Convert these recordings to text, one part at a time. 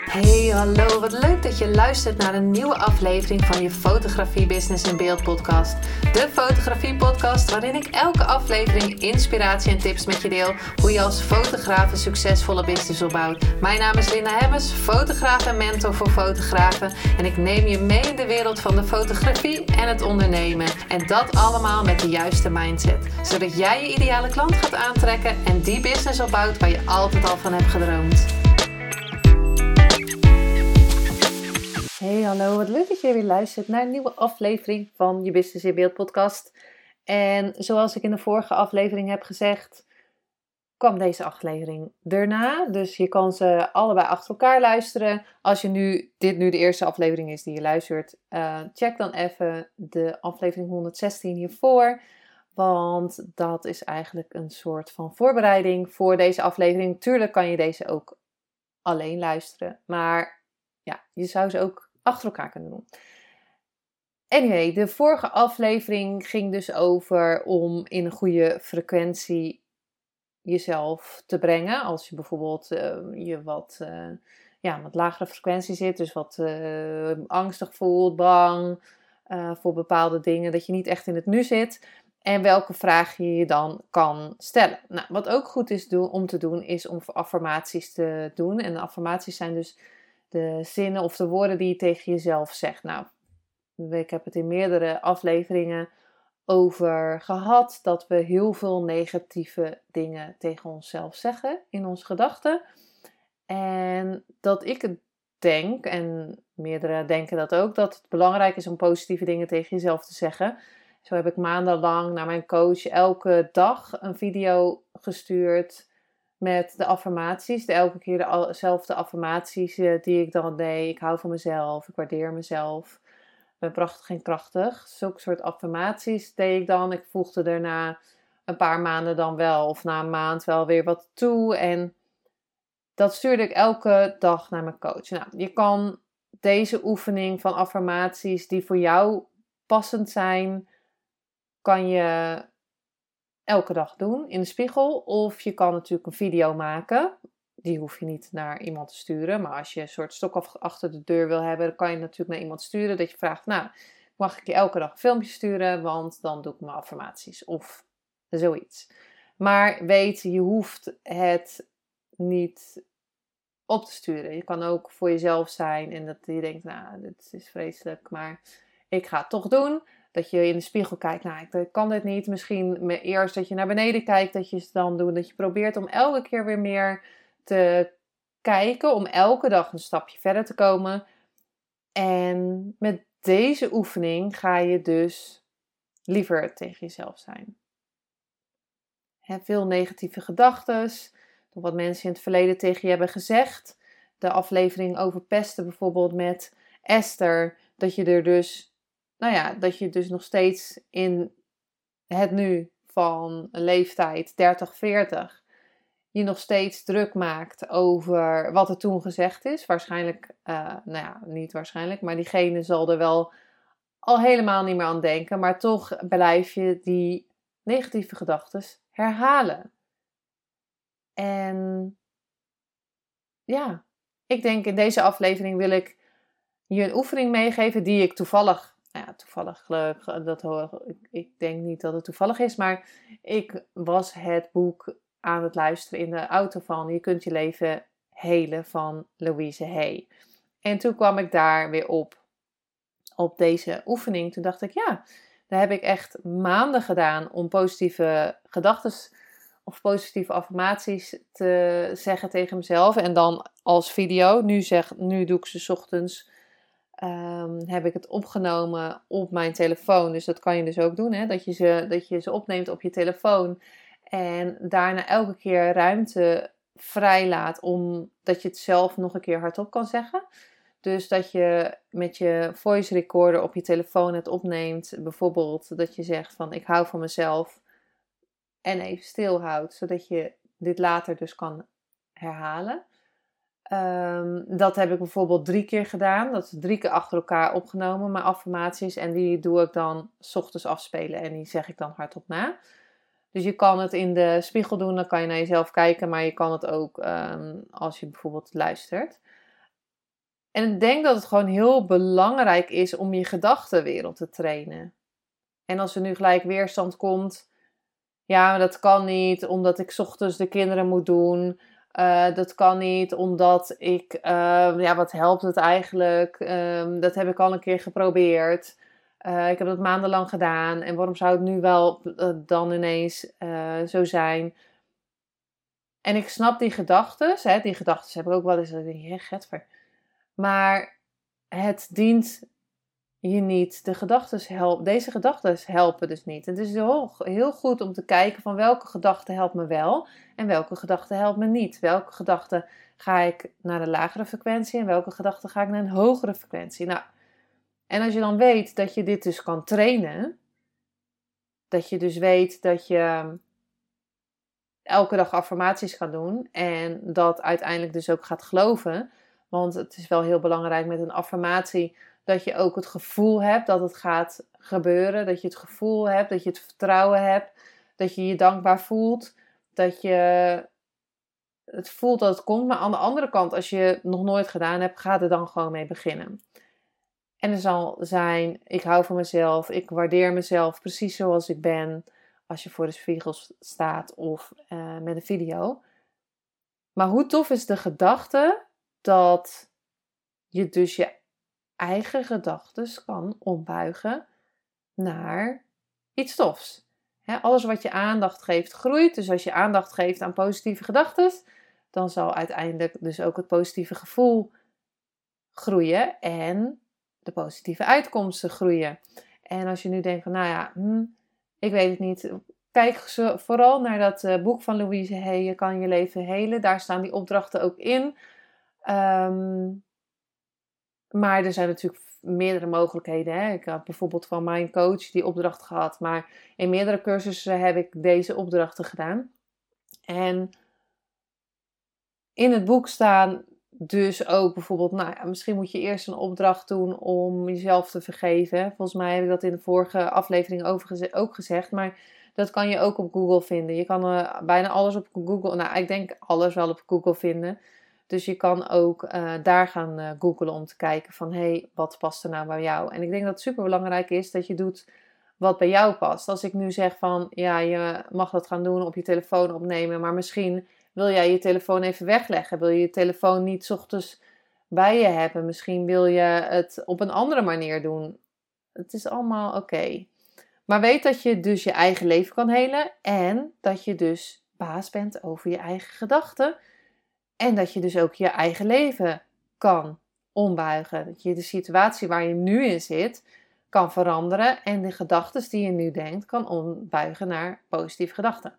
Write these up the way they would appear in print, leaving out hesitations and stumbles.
Hey, hallo, wat leuk dat je luistert naar een nieuwe aflevering van je Fotografie Business in Beeld podcast. De fotografie podcast waarin ik elke aflevering inspiratie en tips met je deel hoe je als fotograaf een succesvolle business opbouwt. Mijn naam is Linda Hemmers, fotograaf en mentor voor fotografen en ik neem je mee in de wereld van de fotografie en het ondernemen. En dat allemaal met de juiste mindset, zodat jij je ideale klant gaat aantrekken en die business opbouwt waar je altijd al van hebt gedroomd. Hey, hallo, wat leuk dat je weer luistert naar een nieuwe aflevering van je Business in Beeld podcast. En zoals ik in de vorige aflevering heb gezegd, kwam deze aflevering erna. Dus je kan ze allebei achter elkaar luisteren. Als dit nu de eerste aflevering is die je luistert, check dan even de aflevering 116 hiervoor. Want dat is eigenlijk een soort van voorbereiding voor deze aflevering. Tuurlijk kan je deze ook alleen luisteren, maar ja, je zou ze ook achter elkaar kunnen doen. Anyway, de vorige aflevering ging dus over om in een goede frequentie jezelf te brengen. Als je bijvoorbeeld je wat lagere frequentie zit, dus wat angstig voelt, bang voor bepaalde dingen, dat je niet echt in het nu zit. En welke vraag je je dan kan stellen. Nou, wat ook goed is om te doen, is om affirmaties te doen. En de affirmaties zijn dus de zinnen of de woorden die je tegen jezelf zegt. Nou, ik heb het in meerdere afleveringen over gehad dat we heel veel negatieve dingen tegen onszelf zeggen in onze gedachten. En dat ik het denk, en meerdere denken dat ook, dat het belangrijk is om positieve dingen tegen jezelf te zeggen. Zo heb ik maandenlang naar mijn coach elke dag een video gestuurd met de affirmaties. Elke keer dezelfde affirmaties die ik dan deed. Ik hou van mezelf, ik waardeer mezelf, ik ben prachtig en krachtig. Zulke soort affirmaties deed ik dan. Ik voegde er na een paar maanden dan wel, of na een maand wel weer wat toe. En dat stuurde ik elke dag naar mijn coach. Nou, je kan deze oefening van affirmaties die voor jou passend zijn, kan je elke dag doen in de spiegel. Of je kan natuurlijk een video maken. Die hoef je niet naar iemand te sturen. Maar als je een soort stok achter de deur wil hebben, dan kan je natuurlijk naar iemand sturen. Dat je vraagt, nou, mag ik je elke dag een filmpje sturen? Want dan doe ik mijn affirmaties. Of zoiets. Maar weet, je hoeft het niet op te sturen. Je kan ook voor jezelf zijn. En dat je denkt, nou, dit is vreselijk. Maar ik ga het toch doen. Dat je in de spiegel kijkt, nou, ik kan dit niet. Misschien eerst dat je naar beneden kijkt, dat je het dan doet. Dat je probeert om elke keer weer meer te kijken. Om elke dag een stapje verder te komen. En met deze oefening ga je dus liever tegen jezelf zijn. Veel negatieve gedachten. Wat mensen in het verleden tegen je hebben gezegd. De aflevering over pesten bijvoorbeeld met Esther. Dat je dus nog steeds in het nu van een leeftijd 30, 40 je nog steeds druk maakt over wat er toen gezegd is. Waarschijnlijk, niet waarschijnlijk, maar diegene zal er wel al helemaal niet meer aan denken. Maar toch blijf je die negatieve gedachten herhalen. En ja, ik denk in deze aflevering wil ik je een oefening meegeven die ik toevallig, ik denk niet dat het toevallig is, maar ik was het boek aan het luisteren in de auto van Je kunt je leven helen van Louise Hay. En toen kwam ik daar weer op deze oefening. Toen dacht ik, ja, daar heb ik echt maanden gedaan om positieve gedachten of positieve affirmaties te zeggen tegen mezelf. En dan als video. Nu doe ik ze 's ochtends. Heb ik het opgenomen op mijn telefoon. Dus dat kan je dus ook doen. Hè? Dat je ze opneemt op je telefoon. En daarna elke keer ruimte vrijlaat. Omdat je het zelf nog een keer hardop kan zeggen. Dus dat je met je voice recorder op je telefoon het opneemt. Bijvoorbeeld dat je zegt van ik hou van mezelf. En even stilhoudt. Zodat je dit later dus kan herhalen. Dat heb ik bijvoorbeeld 3 keer gedaan. Dat is 3 keer achter elkaar opgenomen, mijn affirmaties. En die doe ik dan 's ochtends afspelen en die zeg ik dan hardop na. Dus je kan het in de spiegel doen, dan kan je naar jezelf kijken. Maar je kan het ook als je bijvoorbeeld luistert. En ik denk dat het gewoon heel belangrijk is om je gedachtenwereld te trainen. En als er nu gelijk weerstand komt, ja, maar dat kan niet, omdat ik 's ochtends de kinderen moet doen. Dat kan niet, omdat ik, ja, wat helpt het eigenlijk? Dat heb ik al een keer geprobeerd. Ik heb dat maandenlang gedaan. En waarom zou het nu wel dan ineens zo zijn? En ik snap die gedachtes. Die gedachtes heb ik ook wel eens. Dat ik denk, getver. Maar het dient je niet. Deze gedachten helpen dus niet. Het is heel goed om te kijken van welke gedachte helpt me wel en welke gedachte helpt me niet. Welke gedachte ga ik naar een lagere frequentie en welke gedachte ga ik naar een hogere frequentie. Nou, en als je dan weet dat je dit dus kan trainen, dat je dus weet dat je elke dag affirmaties gaat doen en dat uiteindelijk dus ook gaat geloven. Want het is wel heel belangrijk met een affirmatie dat je ook het gevoel hebt dat het gaat gebeuren. Dat je het gevoel hebt, dat je het vertrouwen hebt, dat je je dankbaar voelt, dat je het voelt dat het komt. Maar aan de andere kant, als je het nog nooit gedaan hebt, ga er dan gewoon mee beginnen. En er zal zijn, ik hou van mezelf, ik waardeer mezelf precies zoals ik ben. Als je voor de spiegel staat of met een video. Maar hoe tof is de gedachte dat je dus je eigen gedachten kan ombuigen naar iets tofs. Alles wat je aandacht geeft groeit. Dus als je aandacht geeft aan positieve gedachten, dan zal uiteindelijk dus ook het positieve gevoel groeien en de positieve uitkomsten groeien. En als je nu denkt van, nou ja, ik weet het niet. Kijk vooral naar dat boek van Louise Hay, Je kan je leven helen. Daar staan die opdrachten ook in. Maar er zijn natuurlijk meerdere mogelijkheden. Hè? Ik had bijvoorbeeld van mijn coach die opdracht gehad. Maar in meerdere cursussen heb ik deze opdrachten gedaan. En in het boek staan dus ook bijvoorbeeld, nou ja, misschien moet je eerst een opdracht doen om jezelf te vergeven. Volgens mij heb ik dat in de vorige aflevering ook gezegd, maar dat kan je ook op Google vinden. Je kan bijna alles op Google, nou ik denk alles wel op Google vinden. Dus je kan ook daar gaan googlen om te kijken van, hé, wat past er nou bij jou? En ik denk dat het super belangrijk is dat je doet wat bij jou past. Als ik nu zeg van, ja, je mag dat gaan doen, op je telefoon opnemen, maar misschien wil jij je telefoon even wegleggen? Wil je je telefoon niet 's ochtends bij je hebben? Misschien wil je het op een andere manier doen. Het is allemaal oké. Maar weet dat je dus je eigen leven kan helen. En dat je dus baas bent over je eigen gedachten. En dat je dus ook je eigen leven kan ombuigen. Dat je de situatie waar je nu in zit kan veranderen. En de gedachten die je nu denkt kan ombuigen naar positieve gedachten.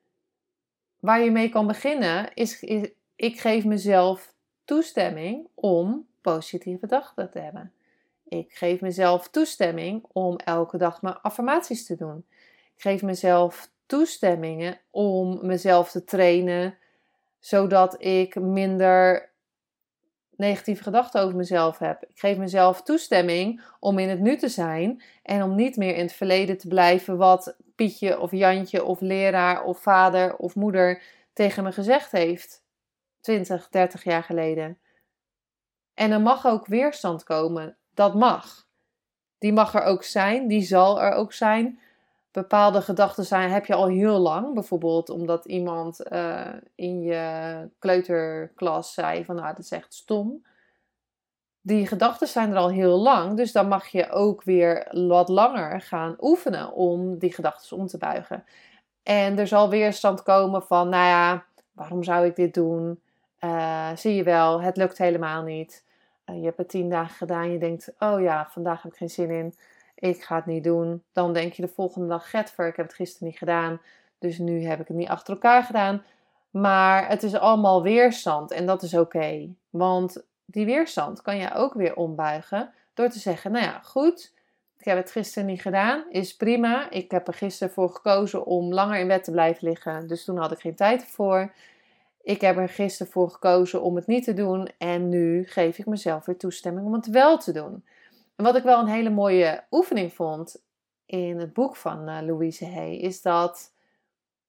Waar je mee kan beginnen is ik geef mezelf toestemming om positieve gedachten te hebben. Ik geef mezelf toestemming om elke dag mijn affirmaties te doen. Ik geef mezelf toestemmingen om mezelf te trainen, zodat ik minder negatieve gedachten over mezelf heb. Ik geef mezelf toestemming om in het nu te zijn en om niet meer in het verleden te blijven wat Pietje of Jantje of leraar of vader of moeder tegen me gezegd heeft 20, 30 jaar geleden. En er mag ook weerstand komen. Dat mag. Die mag er ook zijn. Die zal er ook zijn. Bepaalde gedachten heb je al heel lang. Bijvoorbeeld omdat iemand in je kleuterklas zei van, nou, dat is echt stom. Die gedachten zijn er al heel lang. Dus dan mag je ook weer wat langer gaan oefenen om die gedachten om te buigen. En er zal weerstand komen van, nou ja, waarom zou ik dit doen? Zie je wel, het lukt helemaal niet. Je hebt het 10 dagen gedaan. Je denkt, oh ja, vandaag heb ik geen zin in. Ik ga het niet doen. Dan denk je de volgende dag, getver, ik heb het gisteren niet gedaan. Dus nu heb ik het niet achter elkaar gedaan. Maar het is allemaal weerstand. En dat is oké. Want die weerstand kan je ook weer ombuigen. Door te zeggen, nou ja, goed. Ik heb het gisteren niet gedaan. Is prima. Ik heb er gisteren voor gekozen om langer in bed te blijven liggen. Dus toen had ik geen tijd voor. Ik heb er gisteren voor gekozen om het niet te doen. En nu geef ik mezelf weer toestemming om het wel te doen. En wat ik wel een hele mooie oefening vond in het boek van Louise Hay, is dat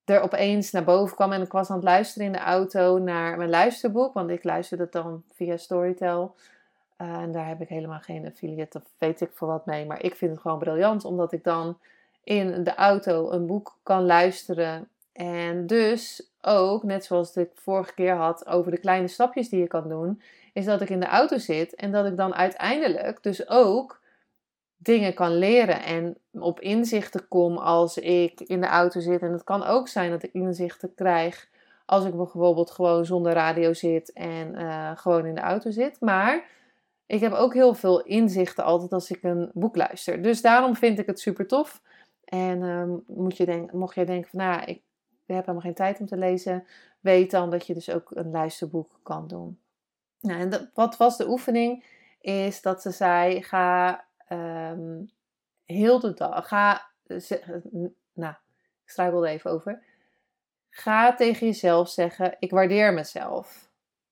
er opeens naar boven kwam. En ik was aan het luisteren in de auto naar mijn luisterboek. Want ik luisterde het dan via Storytel. En daar heb ik helemaal geen affiliate of weet ik voor wat mee. Maar ik vind het gewoon briljant. Omdat ik dan in de auto een boek kan luisteren. En dus ook, net zoals ik vorige keer had over de kleine stapjes die je kan doen. Is dat ik in de auto zit. En dat ik dan uiteindelijk dus ook dingen kan leren. En op inzichten kom als ik in de auto zit. En het kan ook zijn dat ik inzichten krijg als ik bijvoorbeeld gewoon zonder radio zit. En gewoon in de auto zit. Maar ik heb ook heel veel inzichten altijd als ik een boek luister. Dus daarom vind ik het super tof. En mocht jij denken van, nou, ik heb helemaal geen tijd om te lezen. Weet dan dat je dus ook een luisterboek kan doen. Nou, en wat was de oefening? Is dat ze zei, ga heel de dag, nou, ik struikelde even over. Ga tegen jezelf zeggen, ik waardeer mezelf.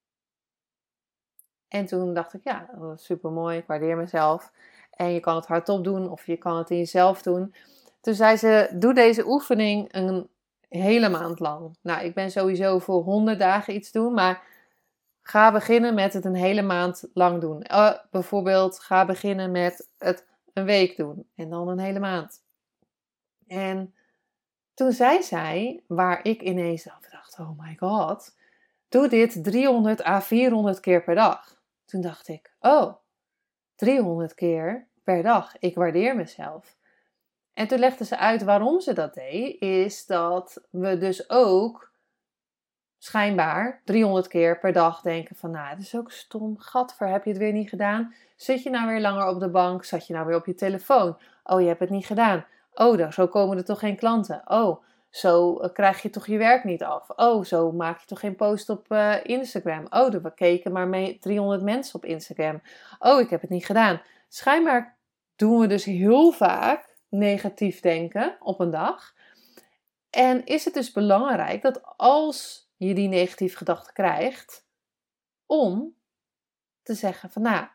En toen dacht ik, ja, dat is super mooi, ik waardeer mezelf. En je kan het hardop doen of je kan het in jezelf doen. Toen zei ze, doe deze oefening een hele maand lang. Nou, ik ben sowieso voor 100 dagen iets doen, maar ga beginnen met het een hele maand lang doen. Bijvoorbeeld, ga beginnen met het een week doen en dan een hele maand. En toen zei zij, waar ik ineens dacht, oh my god, doe dit 300 à 400 keer per dag. Toen dacht ik, oh, 300 keer per dag, ik waardeer mezelf. En toen legde ze uit waarom ze dat deed, is dat we dus ook schijnbaar 300 keer per dag denken van, nou, het is ook stom, gadver, heb je het weer niet gedaan? Zit je nou weer langer op de bank? Zat je nou weer op je telefoon? Oh, je hebt het niet gedaan. Oh, zo komen er toch geen klanten? Oh, zo krijg je toch je werk niet af? Oh, zo maak je toch geen post op Instagram? Oh, er keken maar mee 300 mensen op Instagram. Oh, ik heb het niet gedaan. Schijnbaar doen we dus heel vaak negatief denken op een dag. En is het dus belangrijk dat als je die negatieve gedachten krijgt, om te zeggen van, nou,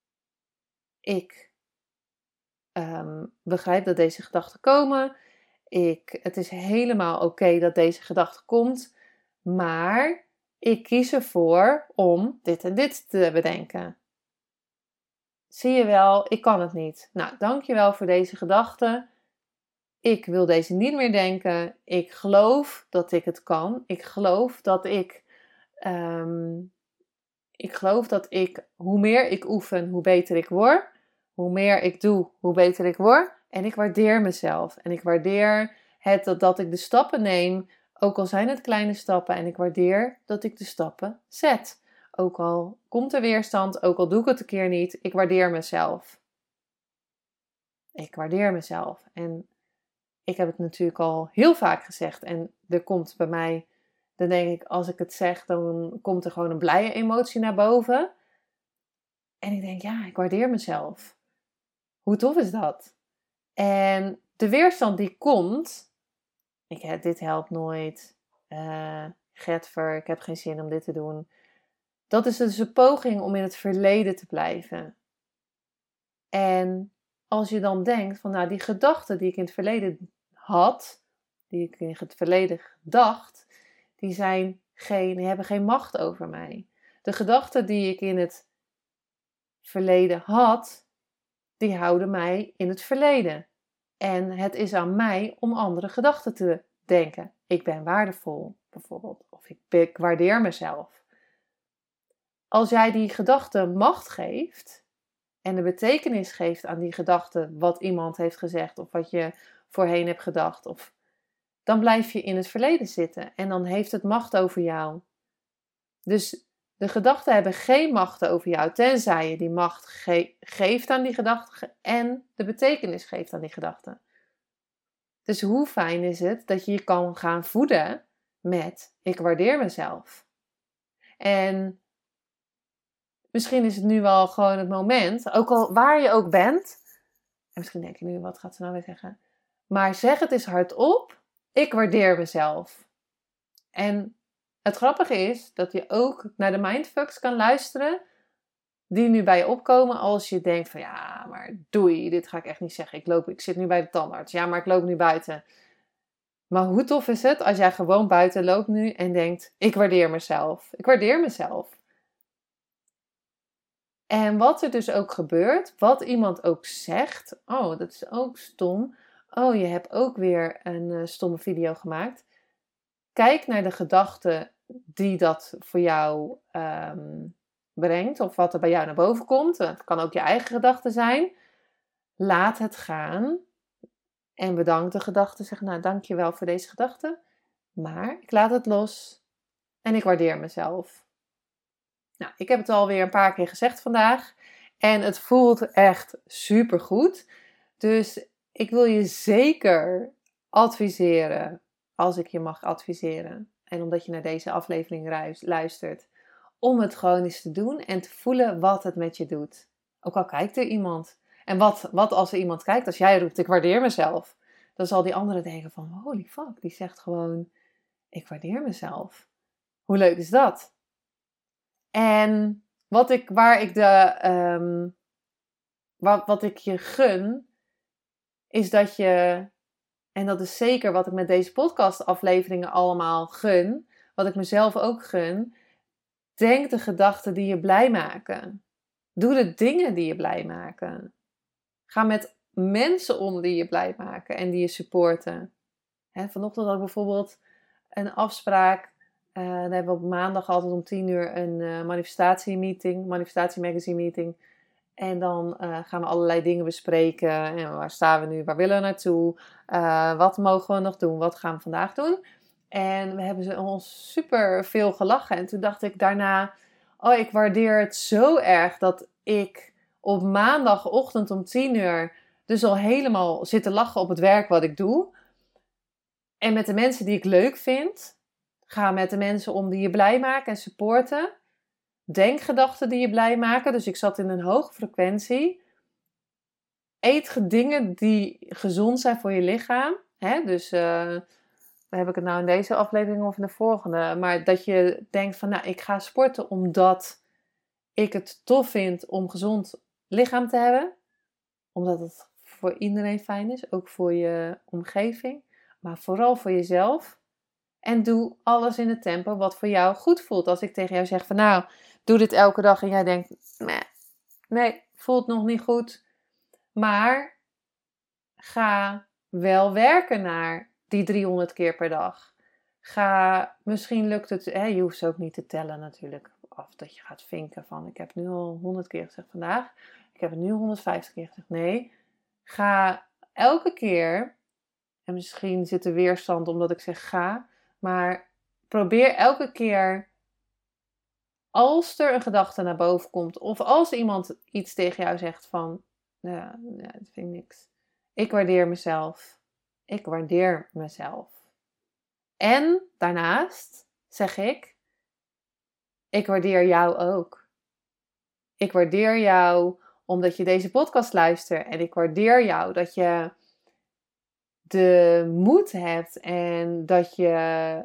ik begrijp dat deze gedachten komen. Het is helemaal oké dat deze gedachte komt, maar ik kies ervoor om dit en dit te bedenken. Zie je wel, ik kan het niet. Nou, dankjewel voor deze gedachte. Ik wil deze niet meer denken. Ik geloof dat ik het kan. Ik geloof dat hoe meer ik oefen, hoe beter ik word. Hoe meer ik doe, hoe beter ik word. En ik waardeer mezelf. En ik waardeer dat ik de stappen neem, ook al zijn het kleine stappen. En ik waardeer dat ik de stappen zet. Ook al komt er weerstand, ook al doe ik het een keer niet. Ik waardeer mezelf. Ik waardeer mezelf. En ik heb het natuurlijk al heel vaak gezegd. En er komt bij mij, dan denk ik, als ik het zeg, dan komt er gewoon een blije emotie naar boven. En ik denk, ja, ik waardeer mezelf. Hoe tof is dat? En de weerstand die komt, dit helpt nooit, Getver, ik heb geen zin om dit te doen. Dat is dus een poging om in het verleden te blijven. En als je dan denkt van, nou, die gedachten die ik in het verleden had, die ik in het verleden dacht, die hebben geen macht over mij. De gedachten die ik in het verleden had, die houden mij in het verleden. En het is aan mij om andere gedachten te denken. Ik ben waardevol, bijvoorbeeld. Of ik waardeer mezelf. Als jij die gedachte macht geeft en de betekenis geeft aan die gedachte wat iemand heeft gezegd of wat je voorheen hebt gedacht, dan blijf je in het verleden zitten en dan heeft het macht over jou. Dus de gedachten hebben geen macht over jou, tenzij je die macht geeft aan die gedachte en de betekenis geeft aan die gedachte. Dus hoe fijn is het dat je je kan gaan voeden met ik waardeer mezelf. En misschien is het nu wel gewoon het moment, ook al waar je ook bent. En misschien denk je nu, wat gaat ze nou weer zeggen? Maar zeg het eens hardop, ik waardeer mezelf. En het grappige is dat je ook naar de mindfucks kan luisteren die nu bij je opkomen als je denkt van ja, maar doei, dit ga ik echt niet zeggen. Ik zit nu bij de tandarts. Ja, maar ik loop nu buiten. Maar hoe tof is het als jij gewoon buiten loopt nu en denkt, ik waardeer mezelf. Ik waardeer mezelf. En wat er dus ook gebeurt, wat iemand ook zegt. Oh, dat is ook stom. Oh, je hebt ook weer een stomme video gemaakt. Kijk naar de gedachten die dat voor jou brengt. Of wat er bij jou naar boven komt. Het kan ook je eigen gedachten zijn. Laat het gaan. En bedank de gedachte. Zeg, nou, dankjewel voor deze gedachte. Maar ik laat het los. En ik waardeer mezelf. Nou, ik heb het alweer een paar keer gezegd vandaag. En het voelt echt super goed. Dus ik wil je zeker adviseren, als ik je mag adviseren. En omdat je naar deze aflevering luistert. Om het gewoon eens te doen en te voelen wat het met je doet. Ook al kijkt er iemand. En wat als er iemand kijkt, als jij roept, ik waardeer mezelf. Dan zal die andere denken van, holy fuck, die zegt gewoon, ik waardeer mezelf. Hoe leuk is dat? En wat ik je gun, is dat je, en dat is zeker wat ik met deze podcastafleveringen allemaal gun, wat ik mezelf ook gun, denk de gedachten die je blij maken. Doe de dingen die je blij maken. Ga met mensen om die je blij maken en die je supporten. Vanochtend had ik bijvoorbeeld een afspraak. Dan hebben we op maandag altijd om 10:00 een manifestatiemagazine meeting. En dan gaan we allerlei dingen bespreken. En waar staan we nu? Waar willen we naartoe? Wat mogen we nog doen? Wat gaan we vandaag doen? En we hebben ons super veel gelachen. En toen dacht ik daarna, oh, ik waardeer het zo erg dat ik op maandagochtend om 10:00 dus al helemaal zit te lachen op het werk wat ik doe. En met de mensen die ik leuk vind. Ga met de mensen om die je blij maken en supporten. Denkgedachten die je blij maken. Dus ik zat in een hoge frequentie. Eet dingen die gezond zijn voor je lichaam. Dus heb ik het nou in deze aflevering of in de volgende. Maar dat je denkt van, nou, ik ga sporten omdat ik het tof vind om gezond lichaam te hebben. Omdat het voor iedereen fijn is. Ook voor je omgeving. Maar vooral voor jezelf. En doe alles in het tempo wat voor jou goed voelt. Als ik tegen jou zeg van, nou, doe dit elke dag. En jij denkt, nee, voelt nog niet goed. Maar ga wel werken naar die 300 keer per dag. Misschien lukt het, je hoeft ze ook niet te tellen natuurlijk. Of dat je gaat vinken van, ik heb nu al 100 keer gezegd vandaag. Ik heb het nu 150 keer gezegd. Nee, ga elke keer, en misschien zit er weerstand omdat ik zeg ga. Maar probeer elke keer, als er een gedachte naar boven komt. Of als iemand iets tegen jou zegt van, dat vind ik niks. Ik waardeer mezelf. Ik waardeer mezelf. En daarnaast zeg ik waardeer jou ook. Ik waardeer jou omdat je deze podcast luistert. En ik waardeer jou dat je de moed hebt en dat je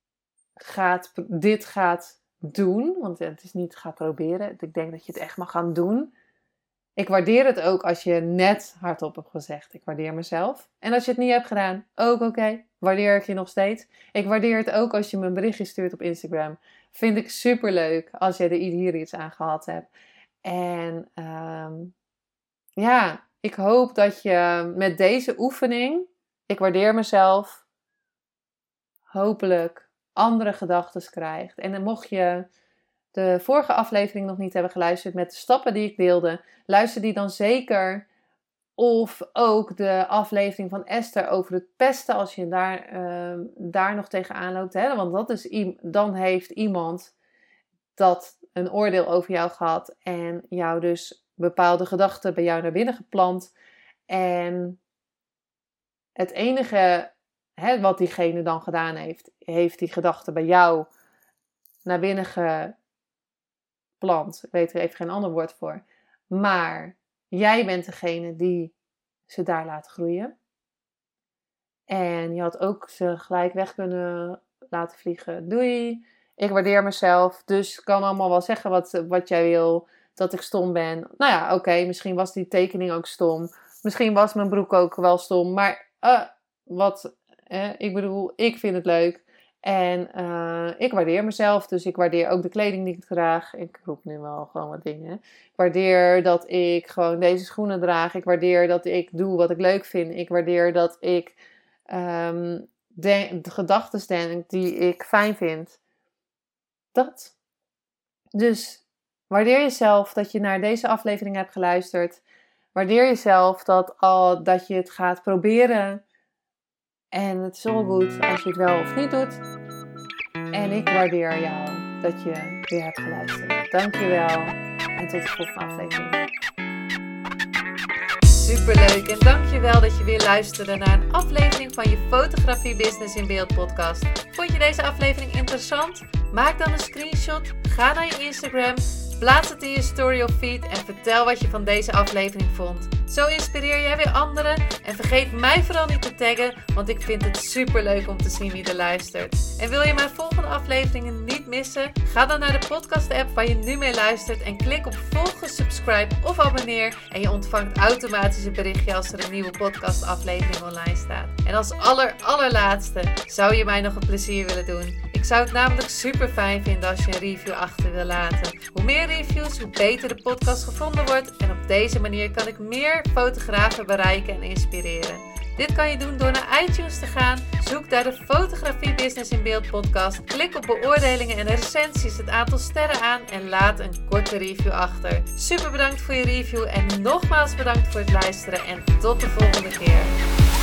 dit gaat doen. Want het is niet ga proberen. Ik denk dat je het echt mag gaan doen. Ik waardeer het ook als je net hardop hebt gezegd, ik waardeer mezelf. En als je het niet hebt gedaan, ook oké. Waardeer ik je nog steeds. Ik waardeer het ook als je me een berichtje stuurt op Instagram. Vind ik super leuk als je er hier iets aan gehad hebt. En ik hoop dat je met deze oefening, ik waardeer mezelf, hopelijk andere gedachten krijgt. En dan mocht je de vorige aflevering nog niet hebben geluisterd met de stappen die ik deelde, luister die dan zeker. Of ook de aflevering van Esther over het pesten als je daar nog tegenaan loopt. Want dan heeft iemand dat een oordeel over jou gehad en jou dus bepaalde gedachten bij jou naar binnen geplant. En het enige wat diegene dan gedaan heeft die gedachte bij jou naar binnen geplant. Ik weet er even geen ander woord voor. Maar jij bent degene die ze daar laat groeien. En je had ook ze gelijk weg kunnen laten vliegen. Doei, ik waardeer mezelf. Dus ik kan allemaal wel zeggen wat jij wil. Dat ik stom ben. Nou ja, oké, misschien was die tekening ook stom. Misschien was mijn broek ook wel stom. Maar Ik bedoel, ik vind het leuk. En ik waardeer mezelf. Dus ik waardeer ook de kleding die ik draag. Ik roep nu wel gewoon wat dingen. Ik waardeer dat ik gewoon deze schoenen draag. Ik waardeer dat ik doe wat ik leuk vind. Ik waardeer dat ik de gedachten denk die ik fijn vind. Dat. Dus waardeer jezelf dat je naar deze aflevering hebt geluisterd. Waardeer jezelf dat je het gaat proberen. En het is all goed als je het wel of niet doet. En ik waardeer jou dat je weer hebt geluisterd. Dankjewel. En tot de volgende aflevering. Superleuk en dankjewel dat je weer luisterde naar een aflevering van je Fotografie Business in Beeld podcast. Vond je deze aflevering interessant? Maak dan een screenshot, ga naar je Instagram, plaats het in je story of feed en vertel wat je van deze aflevering vond. Zo inspireer jij weer anderen en vergeet mij vooral niet te taggen, want ik vind het superleuk om te zien wie er luistert. En wil je mijn volgende afleveringen niet missen? Ga dan naar de podcast app waar je nu mee luistert en klik op volgen, subscribe of abonneer en je ontvangt automatisch een berichtje als er een nieuwe podcast aflevering online staat. En als allerlaatste zou je mij nog een plezier willen doen. Ik zou het namelijk super fijn vinden als je een review achter wil laten. Hoe meer reviews, hoe beter de podcast gevonden wordt en op deze manier kan ik meer fotografen bereiken en inspireren. Dit kan je doen door naar iTunes te gaan, zoek daar de Fotografie Business in Beeld podcast, klik op beoordelingen en recensies, het aantal sterren aan en laat een korte review achter. Super bedankt voor je review en nogmaals bedankt voor het luisteren en tot de volgende keer.